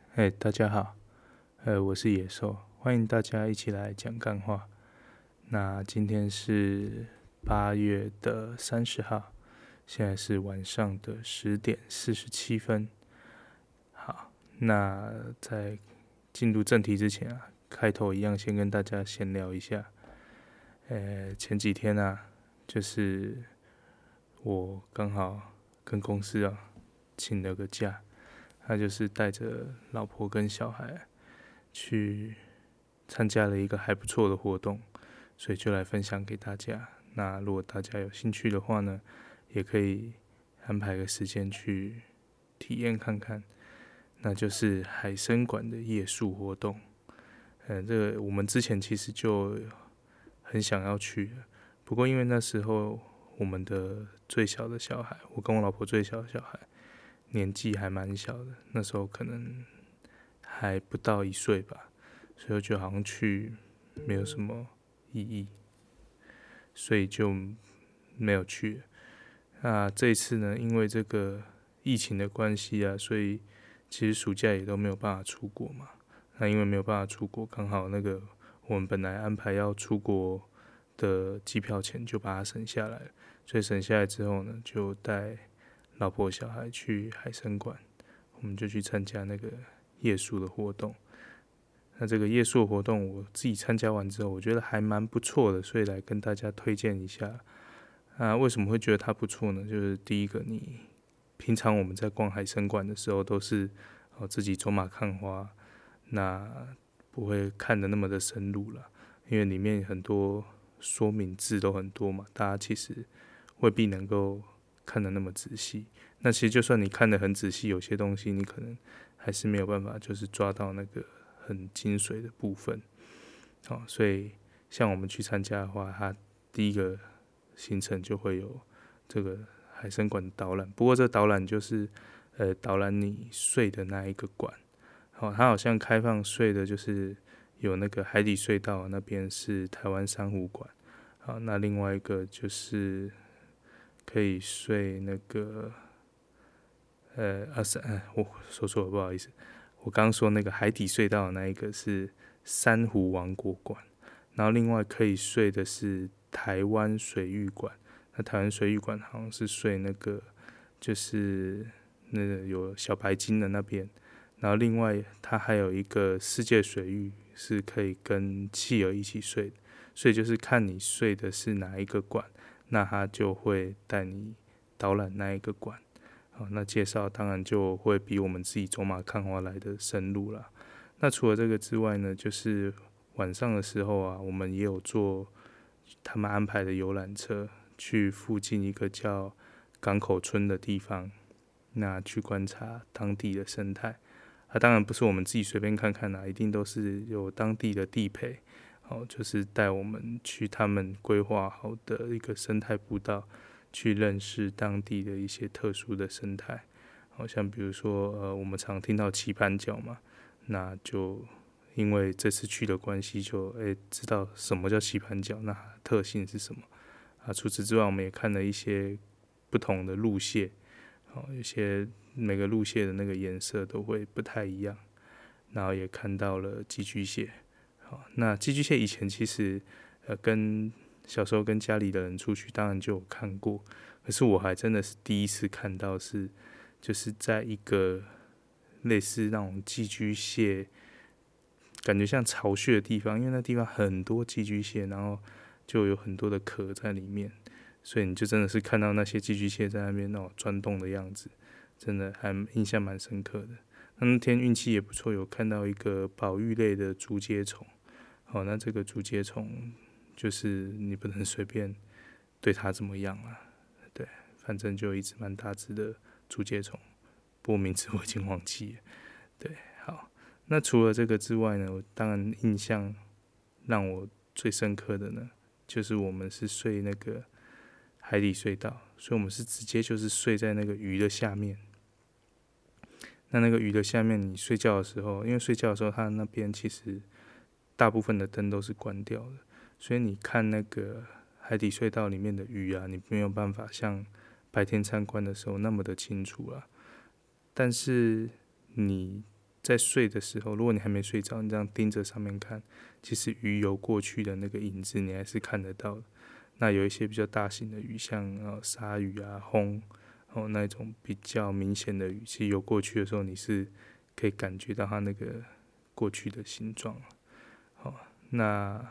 大家好，我是野兽，欢迎大家一起来讲干话。那今天是8月30号，现在是晚上的10点47分。好，那在进入正题之前啊，开头一样先跟大家闲聊一下。前几天啊，就是我刚好跟公司请了个假，他就是带着老婆跟小孩去参加了一个还不错的活动，所以就来分享给大家。那如果大家有兴趣的话呢，也可以安排个时间去体验看看。那就是海参馆的夜宿活动。这个我们之前其实就很想要去的，不过因为那时候我们的最小的小孩，我跟我老婆最小的小孩年纪还蛮小的，那时候可能还不到1岁吧，所以我觉得好像去没有什么意义，所以就没有去。那这一次呢，因为这个疫情的关系啊，所以其实暑假也都没有办法出国嘛。那因为没有办法出国，刚好那个我们本来安排要出国的机票钱就把它省下来了，所以省下来之后呢，就带老婆小孩去海参馆，我们就去参加那个夜宿的活动。那这个夜宿活动我自己参加完之后，我觉得还蛮不错的，所以来跟大家推荐一下。为什么会觉得它不错呢？就是第一个，你平常我们在逛海参馆的时候，都是自己走马看花，那不会看得那么的深入了，因为里面很多说明字都很多嘛，大家其实未必能够看得那么仔细。那其实就算你看得很仔细，有些东西你可能还是没有办法，就是抓到那个很精髓的部分。所以像我们去参加的话，它第一个行程就会有这个海参馆的导览。不过这个导览就是导览你睡的那一个馆。它好像开放睡的，就是有那个海底隧道那边是台湾珊瑚馆。好，那另外一个就是可以睡那个我说错了，不好意思。我刚刚说那个海底隧道的那一个是珊瑚王国馆，然后另外可以睡的是台湾水域馆。那台湾水域馆好像是睡那个就是那个有小白鲸的那边，然后另外它还有一个世界水域是可以跟企鹅一起睡的，所以就是看你睡的是哪一个馆，那他就会带你导览那一个馆。那介绍当然就会比我们自己走马看花来的深入啦。那除了这个之外呢，就是晚上的时候啊，我们也有坐他们安排的游览车，去附近一个叫港口村的地方，那去观察当地的生态。当然不是我们自己随便看看啦，一定都是有当地的地陪，就是带我们去他们规划好的一个生态步道，去认识当地的一些特殊的生态。好像比如说我们常听到棋盘角嘛，那就因为这次去的关系就，知道什么叫棋盘角，那它的特性是什么。除此之外，我们也看了一些不同的路蟹，有些每个路蟹的那个颜色都会不太一样，然后也看到了寄居蟹。那寄居蟹以前其实跟小时候跟家里的人出去，当然就有看过，可是我还真的是第一次看到是，就是在一个类似那种寄居蟹，感觉像巢穴的地方，因为那地方很多寄居蟹，然后就有很多的壳在里面，所以你就真的是看到那些寄居蟹在那边那种钻洞的样子，真的还印象蛮深刻的。那天运气也不错，有看到一个保育类的竹节虫。那这个竹节虫就是你不能随便对它怎么样啊，对，反正就一只蛮大只的竹节虫，不过名字我已经忘记了。对，好，那除了这个之外呢，我当然印象让我最深刻的呢，就是我们是睡那个海底隧道，所以我们是直接就是睡在那个鱼的下面。那个鱼的下面，你睡觉的时候，因为睡觉的时候它那边其实大部分的灯都是关掉的，所以你看那个海底隧道里面的鱼啊，你没有办法像白天参观的时候那么的清楚啊。但是你在睡的时候，如果你还没睡着，你这样盯着上面看，其实鱼游过去的那个影子你还是看得到的。那有一些比较大型的鱼，像鲨鱼啊、鲼那种比较明显的鱼，其实游过去的时候，你是可以感觉到它那个过去的形状。那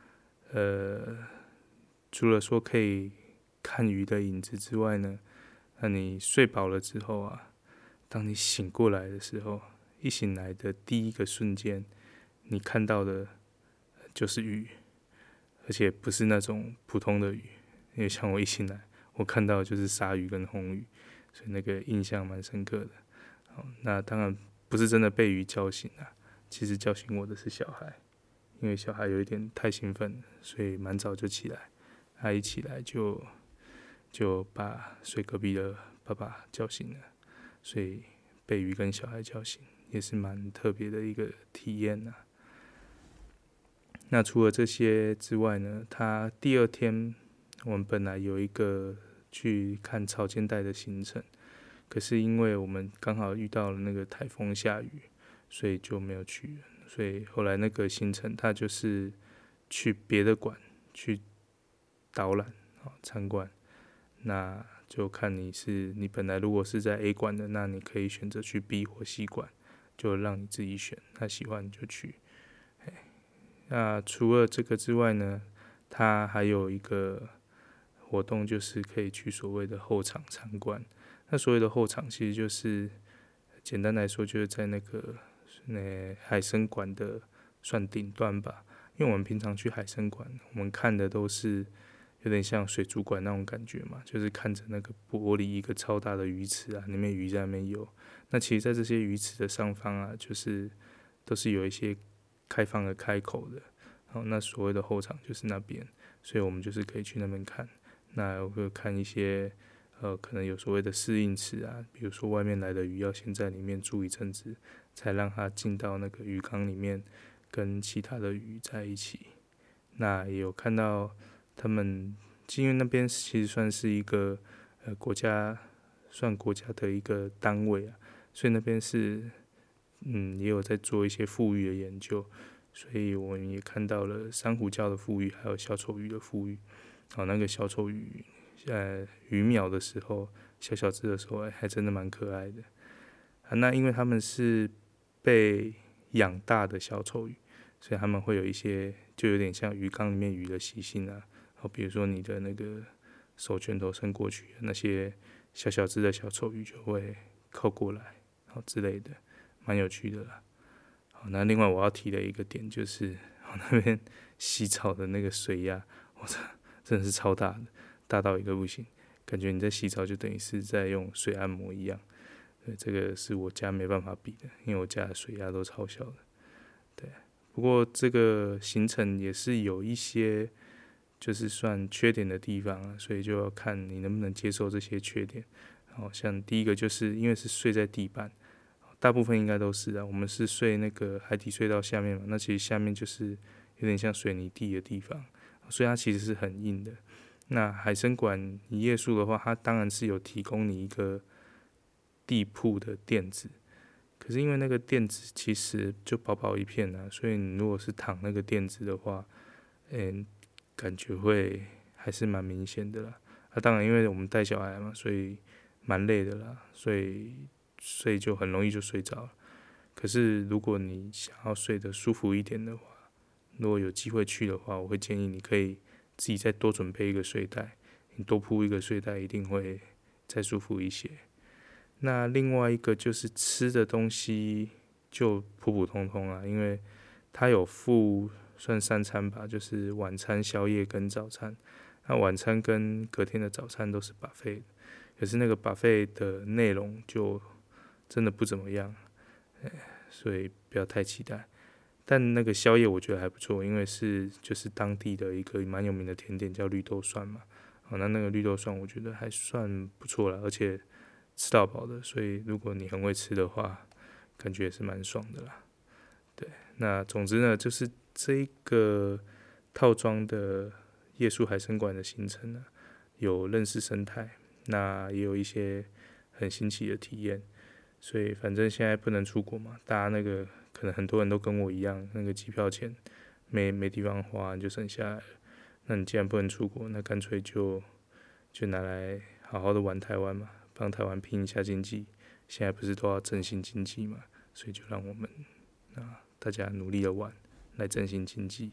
除了说可以看鱼的影子之外呢，那你睡饱了之后啊，当你醒过来的时候，一醒来的第一个瞬间，你看到的就是鱼，而且不是那种普通的鱼，因为像我一醒来，我看到的就是鲨鱼跟红鱼，所以那个印象蛮深刻的。那当然不是真的被鱼叫醒啊，其实叫醒我的是小孩，因为小孩有一点太兴奋了，所以蛮早就起来。他一起来就把睡隔壁的爸爸叫醒了，所以被鱼跟小孩叫醒也是蛮特别的一个体验啊。那除了这些之外呢，他第二天我们本来有一个去看潮间带的行程，可是因为我们刚好遇到了那个台风下雨，所以就没有去。所以后来那个行程，他就是去别的馆去导览参观，那就看你本来如果是在 A 馆的，那你可以选择去 B 或 C 馆，就让你自己选，他喜欢你就去。那除了这个之外呢，它还有一个活动，就是可以去所谓的后场参观。那所谓的后场，其实就是简单来说，就是在那个海参馆的算顶端吧。因为我们平常去海参馆，我们看的都是有点像水族馆那种感觉嘛，就是看着那个玻璃一个超大的鱼池啊，里面鱼在那边游。那其实，在这些鱼池的上方啊，就是都是有一些开放的开口的。那所谓的后场就是那边，所以我们就是可以去那边看。那我会看一些可能有所谓的适应池啊，比如说外面来的鱼要先在里面住一阵子，才让它进到那个鱼缸里面跟其他的鱼在一起。那也有看到他们，因为那边其实算是一个国家的一个单位啊，所以那边是也有在做一些复育的研究，所以我们也看到了珊瑚礁的复育，还有小丑鱼的复育。那个小丑鱼鱼苗的时候，小小只的时候，还真的蛮可爱的。那因为他们是被养大的小丑鱼，所以他们会有一些就有点像鱼缸里面鱼的习性啊。比如说你的那个手拳头伸过去，那些小小只的小丑鱼就会靠过来，之类的，蛮有趣的啦。那另外我要提的一个点就是，那边洗澡的那个水压，我操，真的是超大的，大到一个不行，感觉你在洗澡就等于是在用水按摩一样。对，这个是我家没办法比的，因为我家的水压都超小的。对，不过这个行程也是有一些就是算缺点的地方啊，所以就要看你能不能接受这些缺点。像第一个就是因为是睡在地板，大部分应该都是啊，我们是睡那个海底隧道下面嘛，那其实下面就是有点像水泥地的地方，所以它其实是很硬的。那海参馆你夜宿的话，它当然是有提供你一个地铺的垫子，可是因为那个垫子其实就薄薄一片啊，所以你如果是躺那个垫子的话，感觉会还是蛮明显的啦。当然因为我们带小孩嘛，所以蛮累的啦，所以睡就很容易就睡着了。可是如果你想要睡得舒服一点的话，如果有机会去的话，我会建议你可以自己再多准备一个睡袋，你多铺一个睡袋一定会再舒服一些。那另外一个就是吃的东西就普普通通啦，因为它有附算3餐吧，就是晚餐、宵夜跟早餐。那晚餐跟隔天的早餐都是 buffet 的，可是那个 buffet 的内容就真的不怎么样，所以不要太期待。但那个宵夜我觉得还不错，因为就是当地的一个蛮有名的甜点叫绿豆蒜嘛。那个绿豆蒜我觉得还算不错啦，而且吃到饱的，所以如果你很会吃的话，感觉也是蛮爽的啦。对，那总之呢，就是这个套装的夜宿海参馆的行程呢，有认识生态，那也有一些很新奇的体验， 所以反正现在不能出国嘛，大家那个可能很多人都跟我一样，那个机票钱没地方花，就省下来了。那你既然不能出国，那干脆就拿来好好的玩台湾嘛，帮台湾拼一下经济。现在不是都要振兴经济嘛，所以就让我们大家努力的玩，来振兴经济。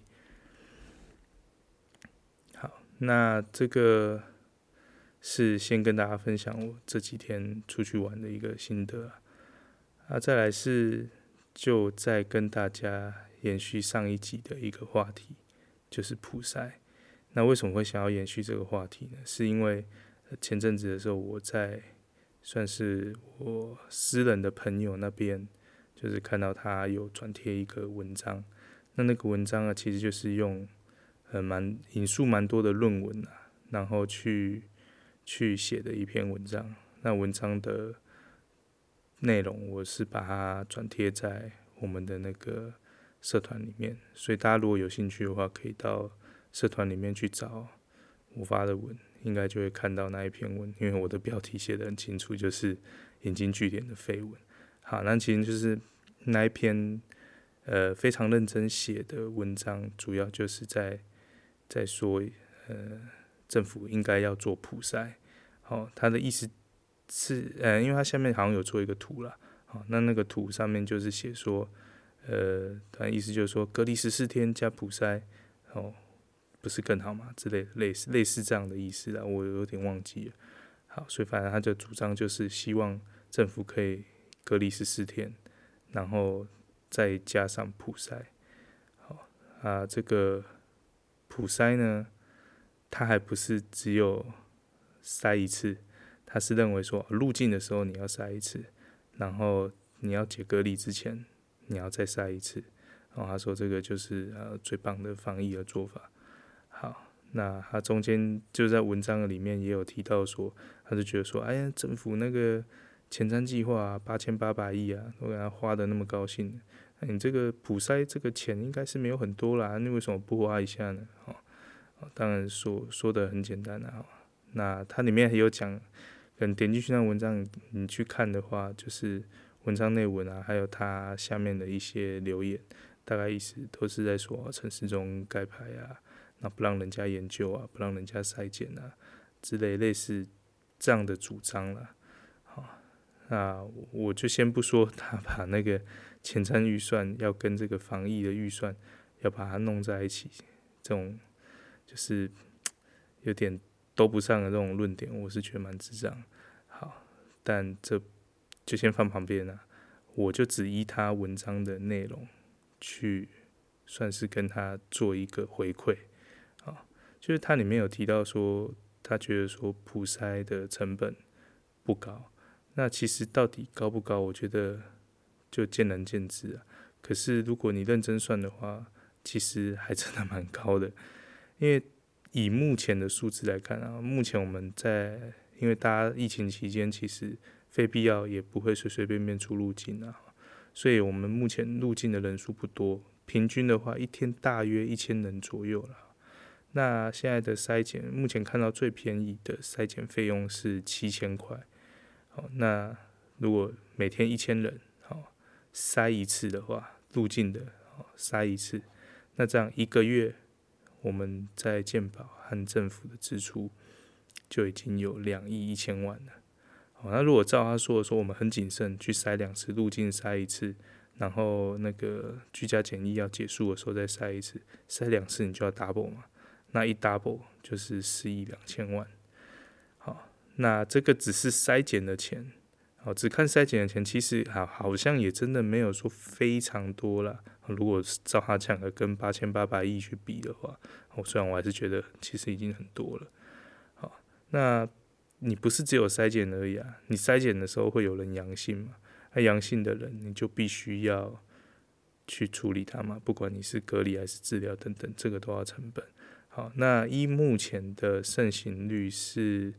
好，那这个是先跟大家分享我这几天出去玩的一个心得再来是就再跟大家延续上一集的一个话题，就是普筛。那为什么会想要延续这个话题呢？是因为前阵子的时候，我在算是我私人的朋友那边，就是看到他有转贴一个文章，那个文章其实就是用引述蛮多的论文然后去写的一篇文章。那文章的内容我是把它转贴在我们的那个社团里面，所以大家如果有兴趣的话，可以到社团里面去找我发的文，应该就会看到那一篇文，因为我的标题写得很清楚，就是引经据典的废文。好，那其实就是那一篇非常认真写的文章，主要就是在说政府应该要做普筛。好，他的意思是因为他下面好像有做一个图啦，好，那个图上面就是写说他的意思就是说隔离14天加普筛，不是更好吗？之类的类似这样的意思啦，我有点忘记了。好，所以反正他的主张就是希望政府可以隔离14天，然后再加上普筛。好这个普筛呢，它还不是只有筛一次，他是认为说入境的时候你要筛一次，然后你要解隔离之前你要再筛一次。他说这个就是最棒的防疫的做法。好，那他中间就在文章里面也有提到说，他就觉得说，哎呀，政府那个前瞻计划8800亿都给他花的那么高兴，你这个普筛这个钱应该是没有很多啦，你为什么不花一下呢？当然说的很简单那它里面也有讲，可能点进去那文章你去看的话，就是文章内文还有它下面的一些留言，大概意思都是在说陈时中盖牌那不让人家研究不让人家筛检之类似这样的主张啦。好，那我就先不说他把那个前瞻预算要跟这个防疫的预算要把它弄在一起，这种就是有点都不上的这种论点，我是觉得蛮智障。好，但这就先放旁边我就只依他文章的内容去算是跟他做一个回馈。就是他里面有提到说，他觉得说普筛的成本不高，那其实到底高不高，我觉得就见仁见智可是如果你认真算的话，其实还真的蛮高的，因为以目前的数字来看目前我们因为大家疫情期间其实非必要也不会随随便便出入境所以我们目前入境的人数不多，平均的话一天大约1000人左右啦。那现在的筛检，目前看到最便宜的筛检费用是7000块。那如果每天1000人，筛一次的话，入境的筛一次，那这样一个月我们在健保和政府的支出就已经有2亿1000万了。那如果照他说的说，我们很谨慎去筛2次，入境筛一次，然后那个居家检疫要结束的时候再筛一次，筛2次你就要 double 嘛。那一 double 就是4亿2000万。好，那这个只是筛检的钱，只看筛检的钱，其实好像也真的没有说非常多啦。如果照他讲的跟8800亿去比的话，虽然我还是觉得其实已经很多了。好，那你不是只有筛检而已你筛检的时候会有人阳性嘛？那阳性的人你就必须要去处理它嘛，不管你是隔离还是治疗等等，这个都要成本。好，那依目前的盛行率是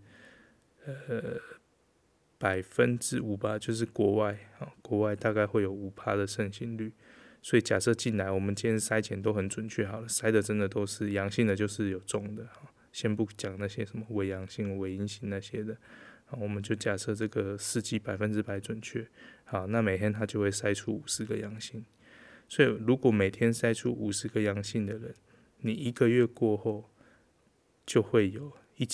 5%吧，就是国外大概会有5%的盛行率。所以假设进来，我们今天筛检都很准确好了，筛的真的都是阳性的，就是有中的，先不讲那些什么伪阳性、伪阴性那些的。 我们就假设这个试剂100%准确，好，那每天他就会筛出50个阳性。所以如果每天筛出50个阳性的人，你1个月过后就会有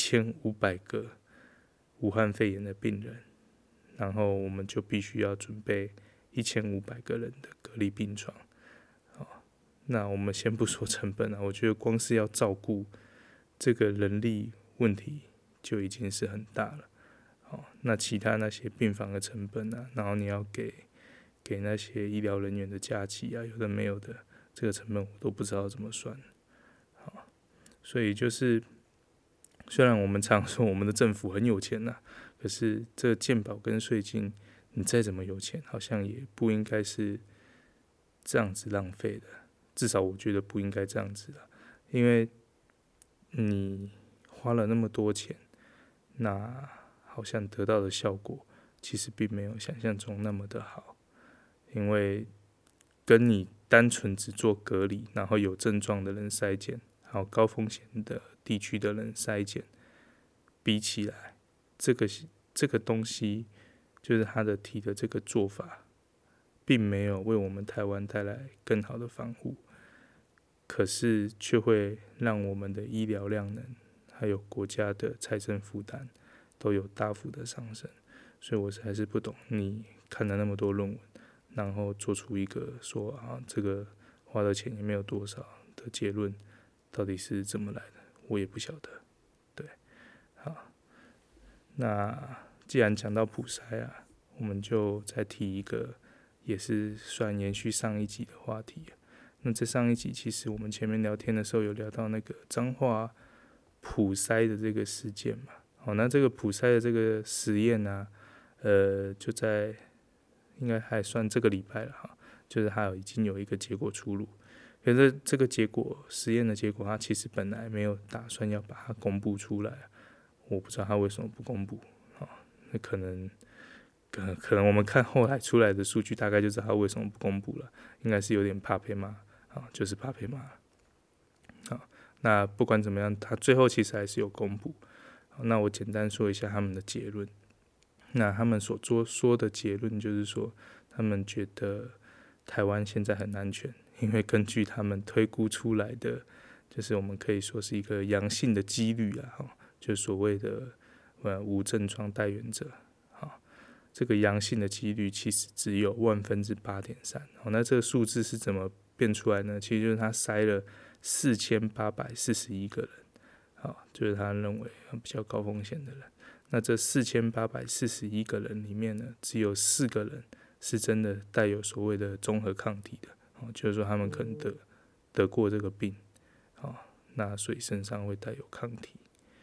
1500个武汉肺炎的病人，然后我们就必须要准备1500个人的隔离病床。那我们先不说成本我觉得光是要照顾这个人力问题就已经是很大了。那其他那些病房的成本然后你要给那些医疗人员的假期有的没有的，这个成本我都不知道怎么算。所以就是虽然我们常说我们的政府很有钱可是这健保跟税金，你再怎么有钱，好像也不应该是这样子浪费的。至少我觉得不应该这样子因为你花了那么多钱，那好像得到的效果其实并没有想象中那么的好。因为跟你单纯只做隔离，然后有症状的人筛检，还有高风险的地区的人筛检比起来，这个东西就是他的提的这个做法，并没有为我们台湾带来更好的防护，可是却会让我们的医疗量能还有国家的财政负担都有大幅的上升。所以我实在是不懂你看了那么多论文，然后做出一个说这个花的钱也没有多少的结论，到底是怎么来的，我也不晓得。对，好，那既然讲到普筛我们就再提一个也是算延续上一集的话题。那在上一集其实我们前面聊天的时候有聊到那个彰化普筛的这个事件嘛。那这个普筛的这个实验就在应该还算这个礼拜了就是它已经有一个结果出炉。可是这个结果实验的结果，它其实本来没有打算要把它公布出来，我不知道他为什么不公布。那可能我们看后来出来的数据，大概就知道他为什么不公布了，应该是有点怕被骂就是怕被骂。那不管怎么样，他最后其实还是有公布。那我简单说一下他们的结论。那他们所说的结论就是说，他们觉得台湾现在很安全，因为根据他们推估出来的，就是我们可以说是一个阳性的几率就是所谓的无症状带原者。这个阳性的几率其实只有8.3%。那这个数字是怎么变出来呢？其实就是他筛了4841个人，就是他认为比较高风险的人。那这4841个人里面呢，只有4个人是真的带有所谓的综合抗体的，就是说他们可能得过这个病，那所以身上会带有抗体。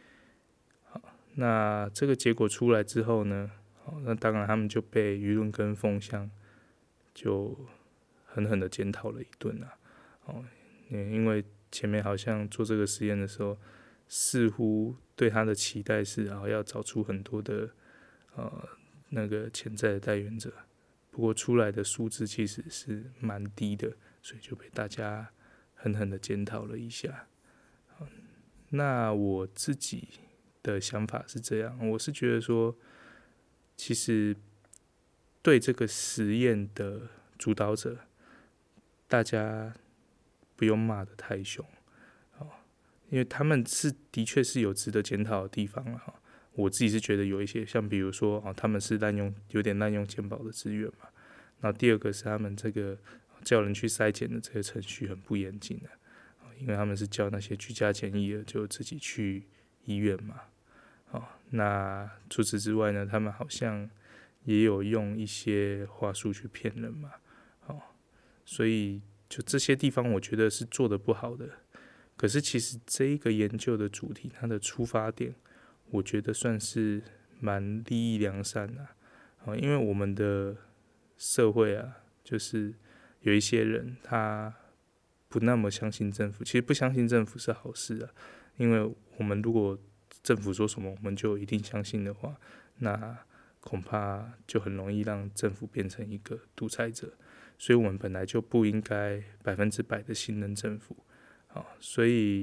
那这个结果出来之后呢，那当然他们就被舆论跟风向就狠狠的检讨了一顿因为前面好像做这个实验的时候，似乎对他的期待是要找出很多的那个潜在的带原者，不过出来的数字其实是蛮低的，所以就被大家狠狠的检讨了一下。那我自己的想法是这样，我是觉得说，其实对这个实验的主导者，大家不用骂得太凶，因为他们的确是有值得检讨的地方我自己是觉得有一些，像比如说他们是有点滥用健保的资源嘛。然后第二个是他们这个叫人去筛检的这个程序很不严谨因为他们是叫那些居家检疫的就自己去医院嘛。那除此之外呢，他们好像也有用一些话术去骗人嘛。所以就这些地方我觉得是做得不好的。可是其实这一个研究的主题，它的出发点，我觉得算是蛮利益良善因为我们的社会就是有一些人他不那么相信政府，其实不相信政府是好事因为我们如果政府说什么我们就一定相信的话，那恐怕就很容易让政府变成一个独裁者，所以我们本来就不应该100%的信任政府。所以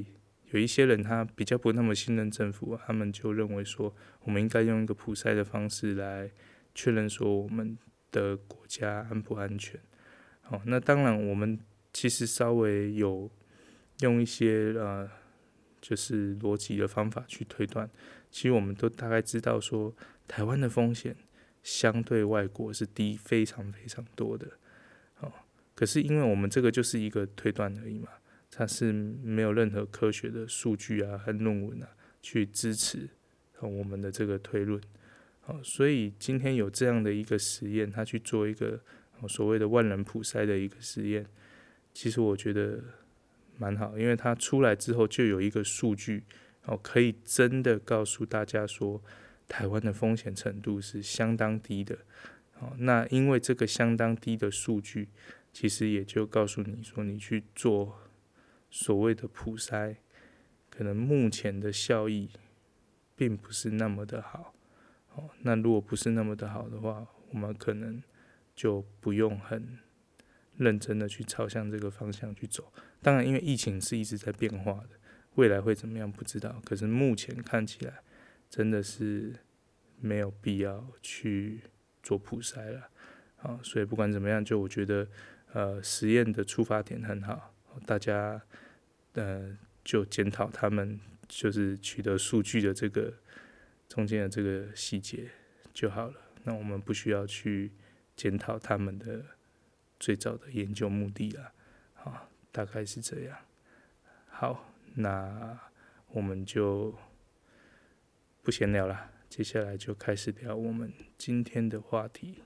有一些人他比较不那么信任政府，他们就认为说，我们应该用一个普筛的方式来确认说我们的国家安不安全。那当然我们其实稍微有用一些就是逻辑的方法去推断，其实我们都大概知道说，台湾的风险相对外国是低非常非常多的。可是因为我们这个就是一个推断而已嘛，它是没有任何科学的数据啊和论文啊去支持我们的这个推论。所以今天有这样的一个实验，他去做一个所谓的万人普筛的一个实验，其实我觉得蛮好，因为它出来之后就有一个数据，可以真的告诉大家说，台湾的风险程度是相当低的。那因为这个相当低的数据，其实也就告诉你说，你去做所谓的普筛，可能目前的效益并不是那么的好。那如果不是那么的好的话，我们可能就不用很认真的去朝向这个方向去走。当然，因为疫情是一直在变化的，未来会怎么样不知道。可是目前看起来，真的是没有必要去做普筛了。所以不管怎么样，就我觉得，实验的出发点很好，大家就检讨他们就是取得数据的这个中间的这个细节就好了。那我们不需要去检讨他们的最早的研究目的啦。大概是这样。好，那我们就不闲聊了，接下来就开始聊我们今天的话题。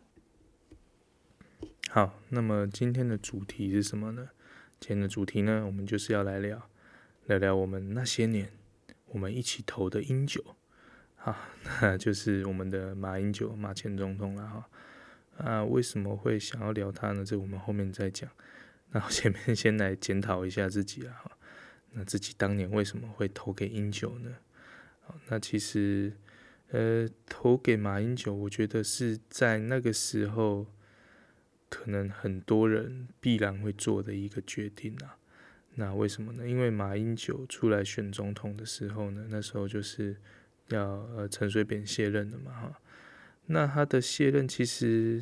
好，那么今天的主题是什么呢？今天的主题呢，我们就是要来聊聊我们那些年我们一起投的英九。好，那就是我们的马英九，马前总统啦。为什么会想要聊他呢？这我们后面再讲。那我前面先来检讨一下自己啦。那自己当年为什么会投给英九呢？那其实投给马英九，我觉得是在那个时候可能很多人必然会做的一个决定啊。那为什么呢？因为马英九出来选总统的时候呢，那时候就是要陈水扁卸任了嘛。那他的卸任其实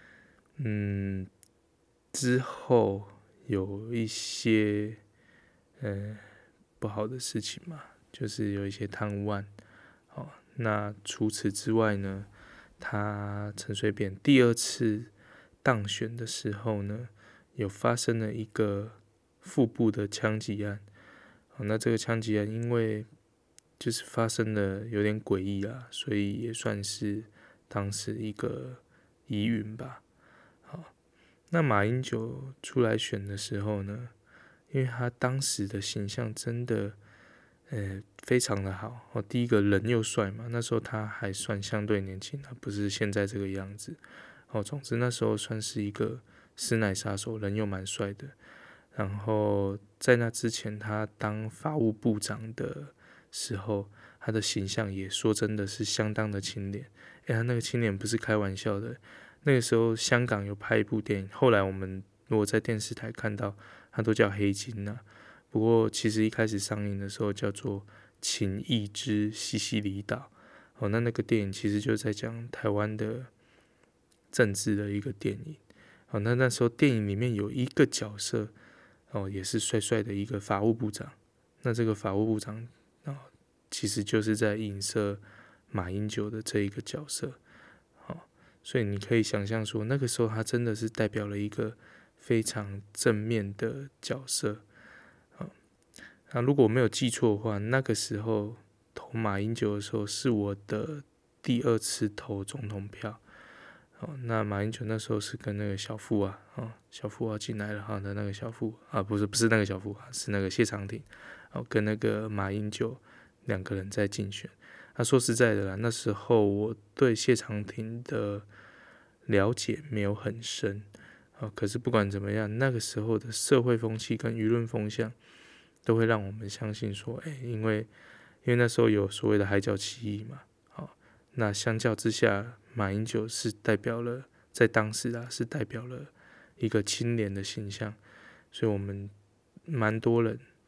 之后有一些不好的事情嘛，就是有一些贪污案。那除此之外呢，他陈水扁第二次当选的时候呢，有发生了一个腹部的枪击案。那这个枪击案因为就是发生的有点诡异啊，所以也算是当时一个疑云吧。那马英九出来选的时候呢，因为他当时的形象真的非常的好。第一个人又帅嘛，那时候他还算相对年轻，不是现在这个样子。总之那时候算是一个师奶杀手，人又蛮帅的。然后在那之前，他当法务部长的时候，他的形象也说真的是相当的清廉。他那个清廉不是开玩笑的。那个时候香港有拍一部电影，后来我们如果在电视台看到，它都叫黑金啊。不过其实一开始上映的时候叫做《情义之西西里岛》。那个电影其实就在讲台湾的政治的一个电影。那时候电影里面有一个角色，也是帅帅的一个法务部长。那这个法务部长其实就是在影射马英九的这一个角色。所以你可以想象说，那个时候他真的是代表了一个非常正面的角色。那如果我没有记错的话，那个时候投马英九的时候是我的第二次投总统票。那马英九那时候是跟那个小富啊，小富啊进来了哈的那个小富啊，不是那个小富，是那个谢长廷，跟那个马英九两个人在竞选。说实在的啦，那时候我对谢长廷的了解没有很深。可是不管怎么样，那个时候的社会风气跟舆论风向都会让我们相信说，因为那时候有所谓的海角七义嘛。那相较之下，马英九是代表了在当时是代表了一个清廉的形象，所以我们蛮多人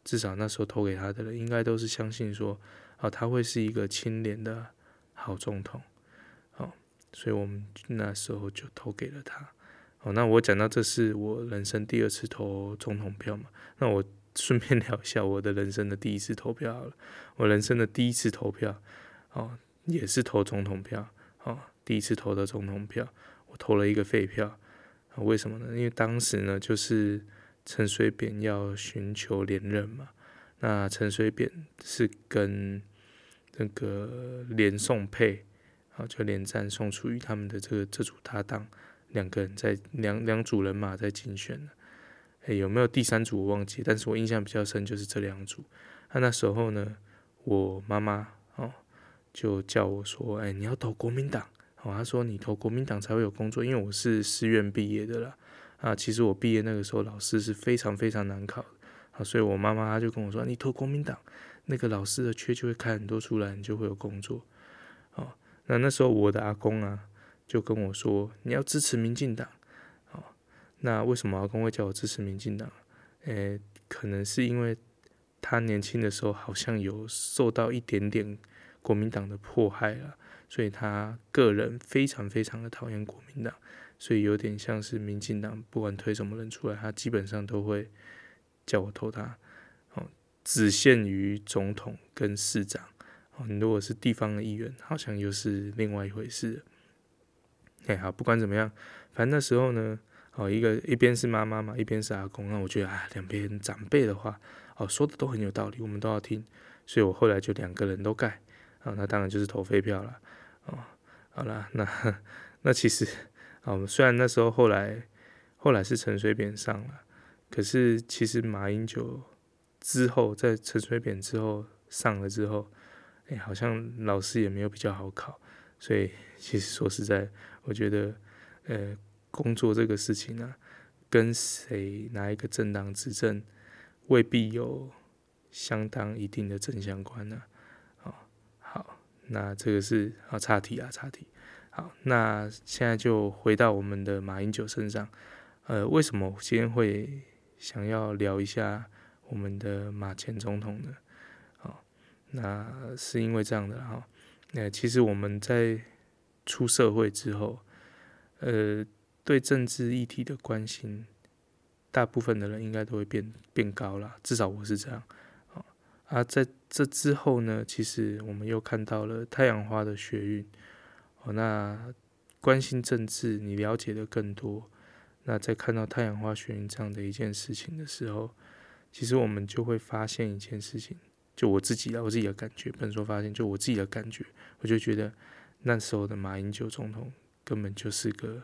至少那时候投给他的人，应该都是相信说，他会是一个清廉的好总统，所以我们那时候就投给了他。那我讲到这是我人生第2次投总统票嘛，那我顺便聊一下我的人生的第1次投票好了。我人生的第1次投票，也是投总统票，第1次投的总统票，我投了一个废票。为什么呢？因为当时呢，就是陈水扁要寻求连任嘛，那陈水扁是跟那个连宋配，就连战宋楚瑜他们的这组搭档，两个人在两组人马在竞选了。有没有第3组我忘记，但是我印象比较深就是这2组。那时候呢，我妈妈就叫我说，你要投国民党。他说你投国民党才会有工作，因为我是师院毕业的啦。其实我毕业那个时候老师是非常非常难考的，所以我妈妈她就跟我说，你投国民党，那个老师的缺就会开很多出来，你就会有工作。那时候我的阿公就跟我说，你要支持民进党。那为什么阿公会叫我支持民进党？可能是因为他年轻的时候好像有受到一点点国民党的迫害啦，所以他个人非常非常的讨厌国民党，所以有点像是民进党不管推什么人出来，他基本上都会叫我投他。只限于总统跟市长，你如果是地方的议员，好像又是另外一回事了。好，不管怎么样，反正那时候呢，一边是妈妈嘛，一边是阿公，那我觉得两边长辈的话，说的都很有道理，我们都要听，所以我后来就2个人都盖，那当然就是投废票了。好啦，那其实，虽然那时候后来是陈水扁上了，可是其实马英九之后，在陈水扁之后上了之后，好像老师也没有比较好考，所以其实说实在，我觉得，工作这个事情跟谁哪一个政党执政，未必有相当一定的正相关好，那这个是岔题。好，那现在就回到我们的马英九身上。为什么我今天会想要聊一下我们的马前总统呢？那是因为这样的其实我们在出社会之后，对政治议题的关心，大部分的人应该都会变高啦，至少我是这样。在这之后呢，其实我们又看到了太阳花的学运。那关心政治，你了解的更多。那在看到太阳花学运这样的一件事情的时候，其实我们就会发现一件事情，就我自己的感觉，不能说发现，就我自己的感觉，我就觉得那时候的马英九总统根本就是个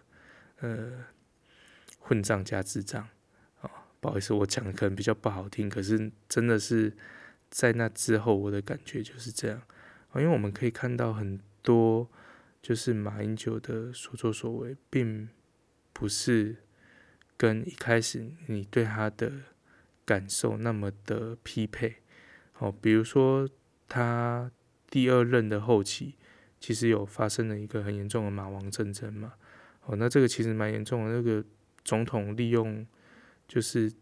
混账加智障。不好意思，我讲的可能比较不好听，可是真的是在那之后，我的感觉就是这样。因为我们可以看到很多，就是马英九的所作所为，并不是跟一开始你对他的感受那么的匹配。比如说他第2任的后期，其实有发生了一个很严重的马王政争嘛。那这个其实蛮严重的，那个总统利用就是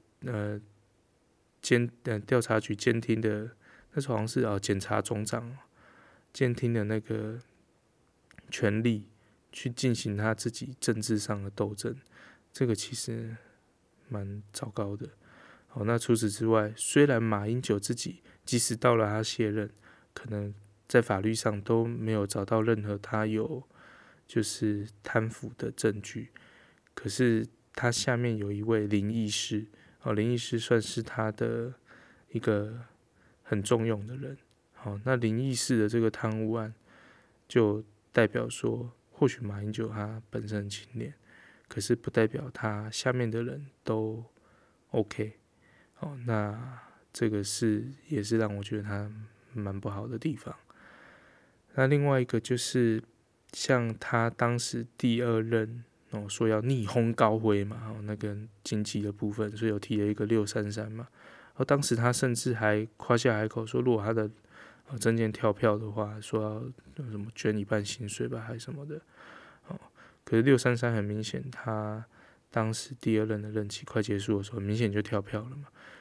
调查局监听的，那时候好像是检察总长监听的那个权力去进行他自己政治上的斗争，这个其实蛮糟糕的。那除此之外，虽然马英九自己即使到了他卸任，可能在法律上都没有找到任何他有就是贪腐的证据，可是他下面有一位林义士，林义士算是他的一个很重用的人。那林义士的这个贪污案，就代表说，或许马英九他本身很清廉，可是不代表他下面的人都 OK。那这个也是让我觉得他蛮不好的地方。那另外一个就是像他当时第2任说要逆轰高辉嘛，那个经济的部分，所以有提了一个633嘛。当时他甚至还夸下海口说，如果他的政见跳票的话，说要什么捐1半薪水吧，还是什么的。可是633很明显，他当时第2任的任期快结束的时候，很明显就跳票了嘛。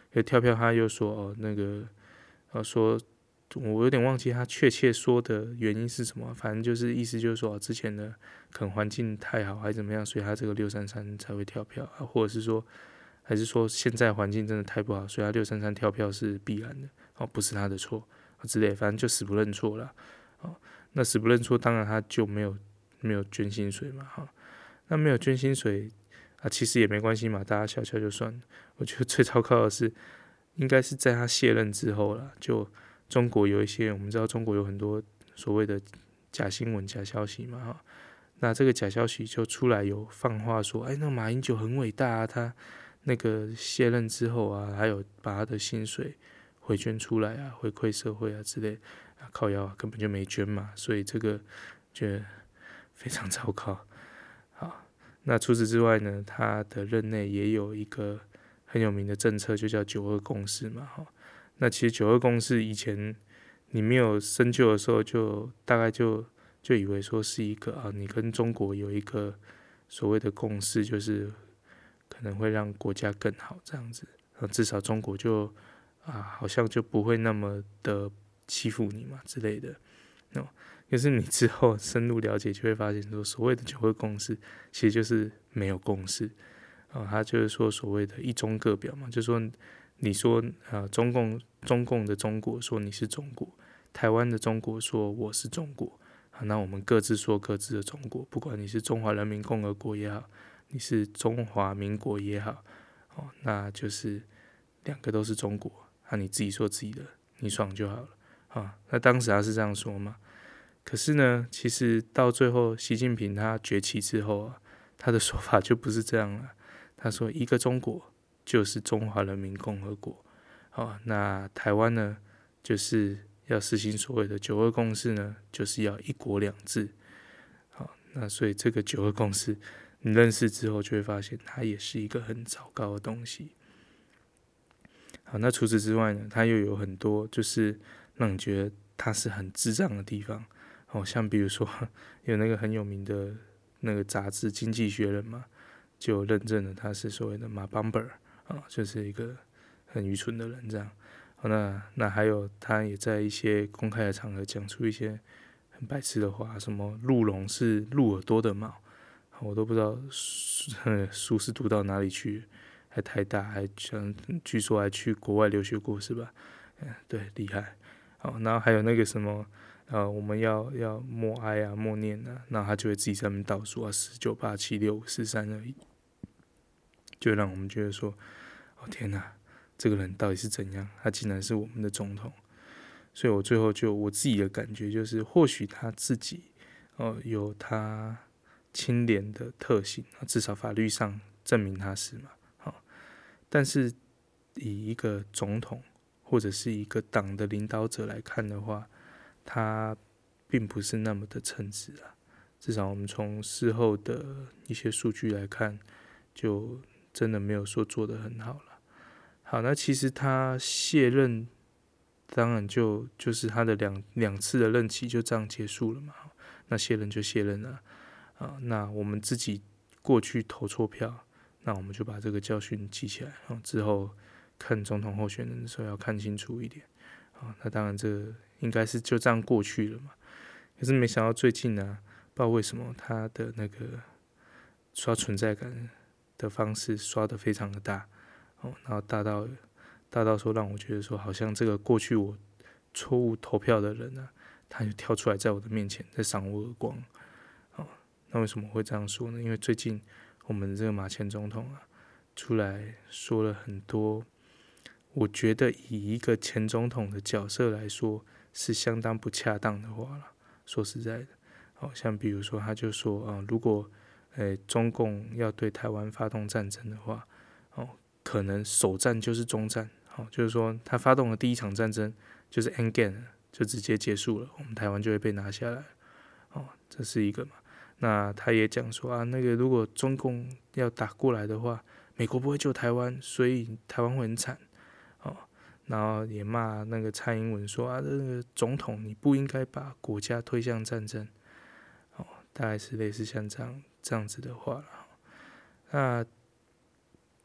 跳票他又说说我有点忘记他确切说的原因是什么，反正就是意思就是说之前的可能环境太好还是怎么样，所以他这个633才会跳票或者是说还是说现在环境真的太不好，所以他633跳票是必然的不是他的错之类的，反正就死不认错了那死不认错，当然他就没有捐薪水嘛那没有捐薪水其实也没关系嘛，大家笑笑就算了。我觉得最糟糕的是，应该是在他卸任之后啦，就中国有一些我们知道中国有很多所谓的假新闻、假消息嘛那这个假消息就出来有放话说，那马英九很伟大他那个卸任之后还有把他的薪水回捐出来回馈社会之类靠腰根本就没捐嘛，所以这个觉得非常糟糕。好，那除此之外呢，他的任内也有一个很有名的政策，就叫9·2共识嘛那其实9·2共识以前你没有深究的时候，就大概就以为说是一个你跟中国有一个所谓的共识，就是可能会让国家更好这样子至少中国就好像就不会那么的欺负你嘛之类的可是你之后深入了解，就会发现说，所谓的9·2共识其实就是没有共识他就是说所谓的一中各表嘛，就是说你说中共的中国说你是中国，台湾的中国说我是中国那我们各自说各自的中国，不管你是中华人民共和国也好，你是中华民国也好那就是两个都是中国你自己说自己的，你爽就好了那当时他是这样说嘛？可是呢，其实到最后习近平他崛起之后他的说法就不是这样了。他说一个中国就是中华人民共和国那台湾呢就是要实行所谓的9·2共识呢，就是要一国两制那所以这个9·2共识你认识之后就会发现它也是一个很糟糕的东西那除此之外呢，它又有很多就是让你觉得它是很智障的地方像比如说有那个很有名的那个杂志《经济学人》嘛，就认证了他是所谓的马邦本就是一个很愚蠢的人这样那还有他也在一些公开的场合讲出一些很白痴的话，什么鹿茸是鹿耳朵的毛我都不知道书是读到哪里去，还台大还据说还去国外留学过是吧对，厉害然后还有那个什么我们要默哀默念然后他就会自己在那边倒数19、8、7、6、5、4、3、2、1，就让我们觉得说天哪，这个人到底是怎样？他竟然是我们的总统。所以我最后我自己的感觉就是，或许他自己有他清廉的特性至少法律上证明他是嘛但是以一个总统或者是一个党的领导者来看的话，他并不是那么的称职至少我们从事后的一些数据来看，就真的没有说做得很好了。好，那其实他卸任，当然就是他的两次的任期就这样结束了嘛。那卸任就卸任了那我们自己过去投错票，那我们就把这个教训记起来之后看总统候选人的时候要看清楚一点那当然这个应该是就这样过去了嘛。可是没想到最近不知道为什么他的那个刷存在感的方式刷得非常的大然后大到说让我觉得说，好像这个过去我错误投票的人他就跳出来在我的面前在赏我耳光那为什么会这样说呢？因为最近我们这个马前总统出来说了很多，我觉得以一个前总统的角色来说是相当不恰当的话了。说实在的像比如说他就说如果中共要对台湾发动战争的话可能首战就是中战就是说他发动的第一场战争就是 end game 就直接结束了，我们台湾就会被拿下来这是一个嘛。那他也讲说那个如果中共要打过来的话，美国不会救台湾，所以台湾会很惨然后也骂那个蔡英文说这个总统你不应该把国家推向战争大概是类似像这样子的话那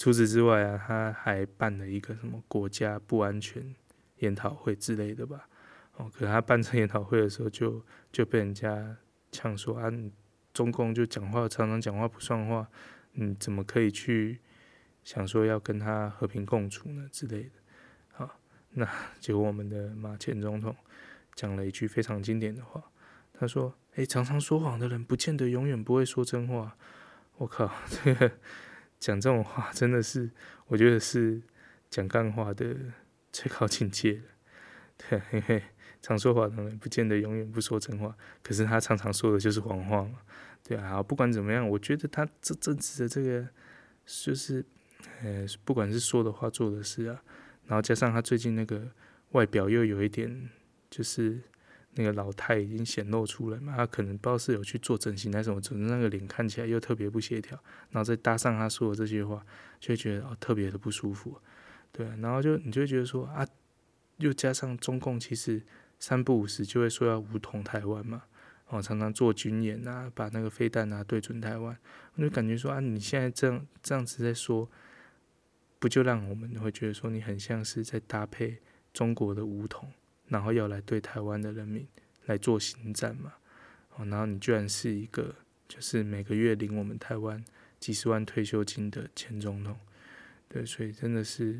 除此之外啊，他还办了一个什么国家不安全研讨会之类的吧。可是他办这研讨会的时候就被人家呛说啊，你中共就常常讲话不算话，你怎么可以去想说要跟他和平共处呢之类的。好，那结果我们的马前总统讲了一句非常经典的话，他说：常常说谎的人不见得永远不会说真话。我靠，这个讲这种话真的是，我觉得是讲干话的最高境界了。对，因为常说谎的人不见得永远不说真话，可是他常常说的就是谎话嘛。对啊，不管怎么样，我觉得他这阵子的这个就是，不管是说的话、做的事啊，然后加上他最近那个外表又有一点，就是那个老态已经显露出来嘛，他可能不知道是有去做整形还是什么，总之那个脸看起来又特别不协调，然后再搭上他说的这些话，就会觉得特别的不舒服。对啊，然后你就会觉得说啊，又加上中共其实三不五时就会说要武统台湾嘛，常常做军演啊，把那个飞弹啊对准台湾，我就感觉说啊，你现在这样子在说，不就让我们会觉得说你很像是在搭配中国的武统，然后要来对台湾的人民来做行战嘛？然后你居然是一个就是每个月领我们台湾几十万退休金的前总统，对，所以真的是，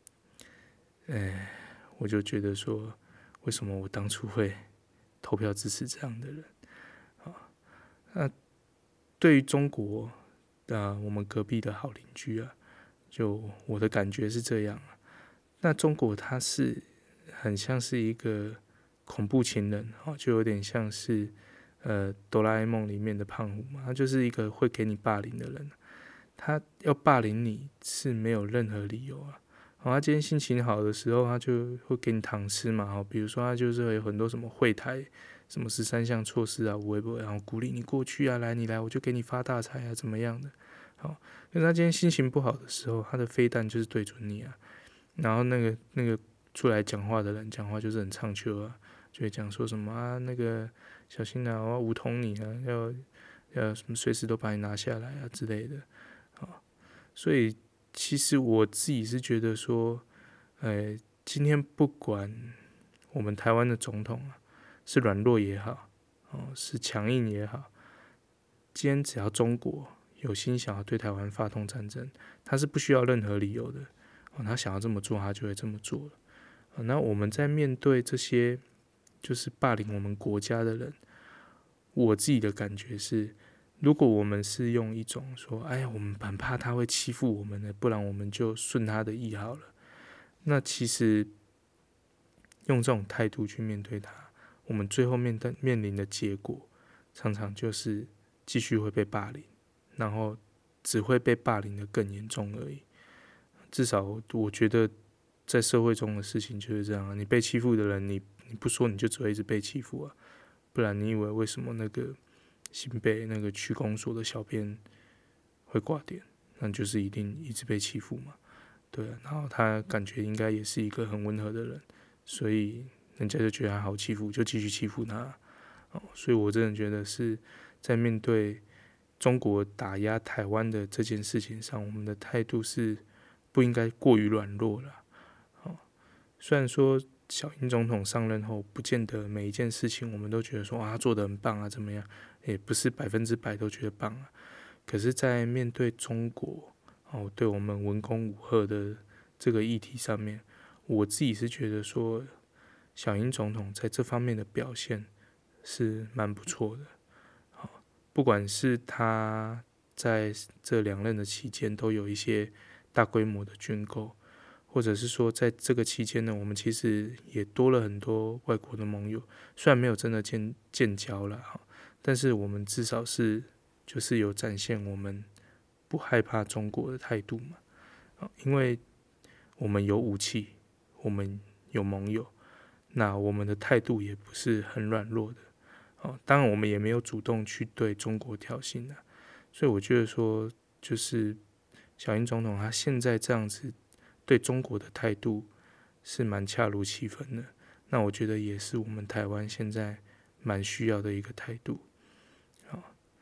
我就觉得说，为什么我当初会投票支持这样的人？那对于中国，我们隔壁的好邻居啊，就我的感觉是这样啊。那中国它是很像是一个恐怖情人，就有点像是哆啦 A 梦里面的胖虎嘛，他就是一个会给你霸凌的人。他要霸凌你是没有任何理由啊。他今天心情好的时候，他就会给你糖吃嘛。比如说他就是会有很多什么会台，什么13项措施啊，微博，然后鼓励你过去啊，你来我就给你发大财啊，怎么样的。好，可是他今天心情不好的时候，他的飞弹就是对准你啊。然后那个出来讲话的人讲话就是很唱秋啊，就会讲说什么啊，那个小心啊，我要武统你啊，要什么随时都把你拿下来啊之类的。所以其实我自己是觉得说，今天不管我们台湾的总统啊是软弱也好，是强硬也好，今天只要中国有心想要对台湾发动战争，他是不需要任何理由的，他想要这么做，他就会这么做了。那我们在面对这些就是霸凌我们国家的人，我自己的感觉是，如果我们是用一种说，哎呀，我们很怕他会欺负我们的，不然我们就顺他的意好了。那其实用这种态度去面对他，我们最后面临的结果，常常就是继续会被霸凌，然后只会被霸凌的更严重而已。至少我觉得，在社会中的事情就是这样啊，你被欺负的人，你不说，你就只会一直被欺负啊。不然你以为为什么那个新北那个区公所的小编会挂点？那就是一定一直被欺负嘛。对啊，然后他感觉应该也是一个很温和的人，所以人家就觉得他好欺负，就继续欺负他。所以我真的觉得是在面对中国打压台湾的这件事情上，我们的态度是不应该过于软弱了。虽然说小英总统上任后，不见得每一件事情我们都觉得说他做得很棒啊，怎么样？也不是100%都觉得棒啊。可是，在面对中国对我们文攻武吓的这个议题上面，我自己是觉得说，小英总统在这方面的表现是蛮不错的。不管是他在这2任的期间都有一些大规模的军购，或者是说在这个期间呢，我们其实也多了很多外国的盟友，虽然没有真的建交了，但是我们至少是就是有展现我们不害怕中国的态度嘛。因为我们有武器，我们有盟友，那我们的态度也不是很软弱的。当然我们也没有主动去对中国挑衅的，所以我觉得说，就是小英总统他现在这样子对中国的态度是蛮恰如其分的。那我觉得也是我们台湾现在蛮需要的一个态度。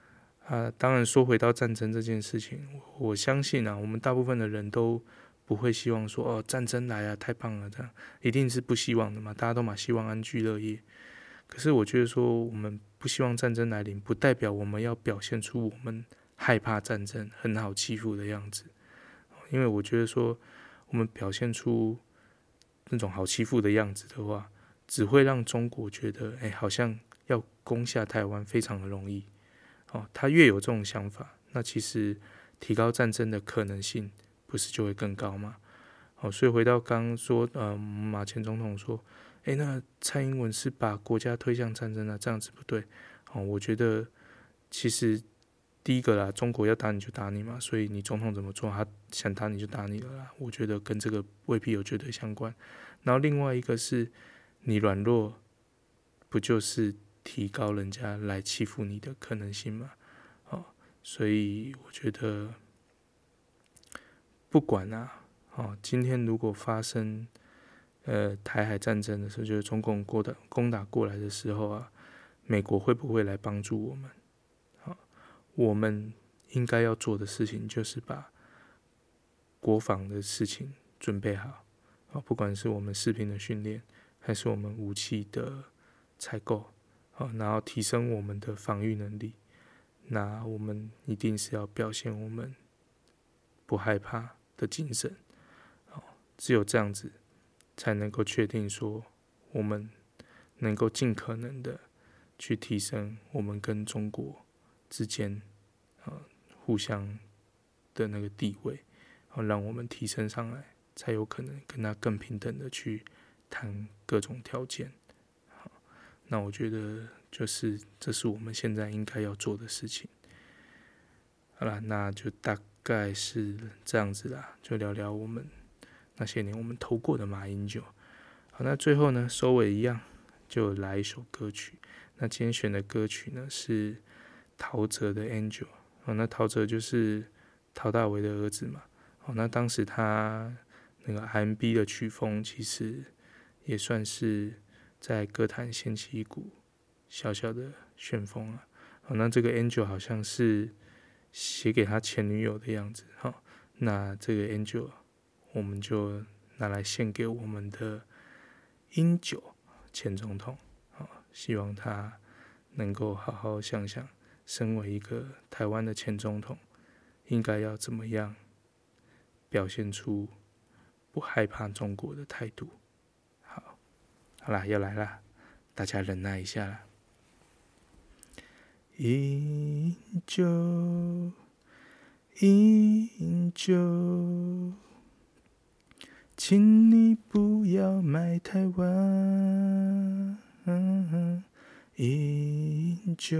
当然说回到战争这件事情，我相信我们大部分的人都不会希望说战争来啊，太棒了，这样一定是不希望的嘛，大家都希望安居乐业。可是我觉得说我们不希望战争来临，不代表我们要表现出我们害怕战争、很好欺负的样子。因为我觉得说我们表现出那种好欺负的样子的话，只会让中国觉得好像要攻下台湾非常的容易。他越有这种想法，那其实提高战争的可能性不是就会更高吗？所以回到刚刚说，马前总统说，那蔡英文是把国家推向战争啊，这样子不对。我觉得其实第一个啦，中国要打你就打你嘛，所以你总统怎么做，他想打你就打你了啦。我觉得跟这个未必有绝对相关。然后另外一个是你软弱，不就是提高人家来欺负你的可能性嘛？所以我觉得不管今天如果发生台海战争的时候，就是中共攻打过来的时候美国会不会来帮助我们？我们应该要做的事情就是把国防的事情准备好，不管是我们士兵的训练，还是我们武器的采购，然后提升我们的防御能力。那我们一定是要表现我们不害怕的精神，只有这样子，才能够确定说我们能够尽可能的去提升我们跟中国之间互相的那个地位，让我们提升上来，才有可能跟他更平等的去谈各种条件。那我觉得这是我们现在应该要做的事情。好啦，那就大概是这样子啦，就聊聊我们那些年我们投过的马英九。好，那最后呢，收尾一样，就来一首歌曲。那今天选的歌曲呢是陶喆的《Angel》。那陶喆就是陶大伟的儿子嘛。那当时他那个 R&B 的曲风，其实也算是在歌坛掀起一股小小的旋风啊。那这个 Angel 好像是写给他前女友的样子。那这个 Angel 我们就拿来献给我们的英九前总统。希望他能够好好想想，身为一个台湾的前总统，应该要怎么样表现出不害怕中国的态度。好啦，要来啦，大家忍耐一下啦。英九，英九，请你不要卖台湾。英九，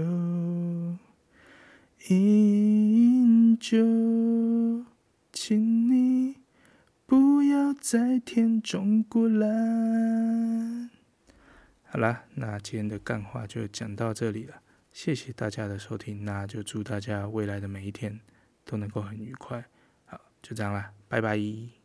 英九，请你不要再添中国蓝。好啦，那今天的干话就讲到这里了，谢谢大家的收听，那就祝大家未来的每一天都能够很愉快。好，就这样啦，拜拜。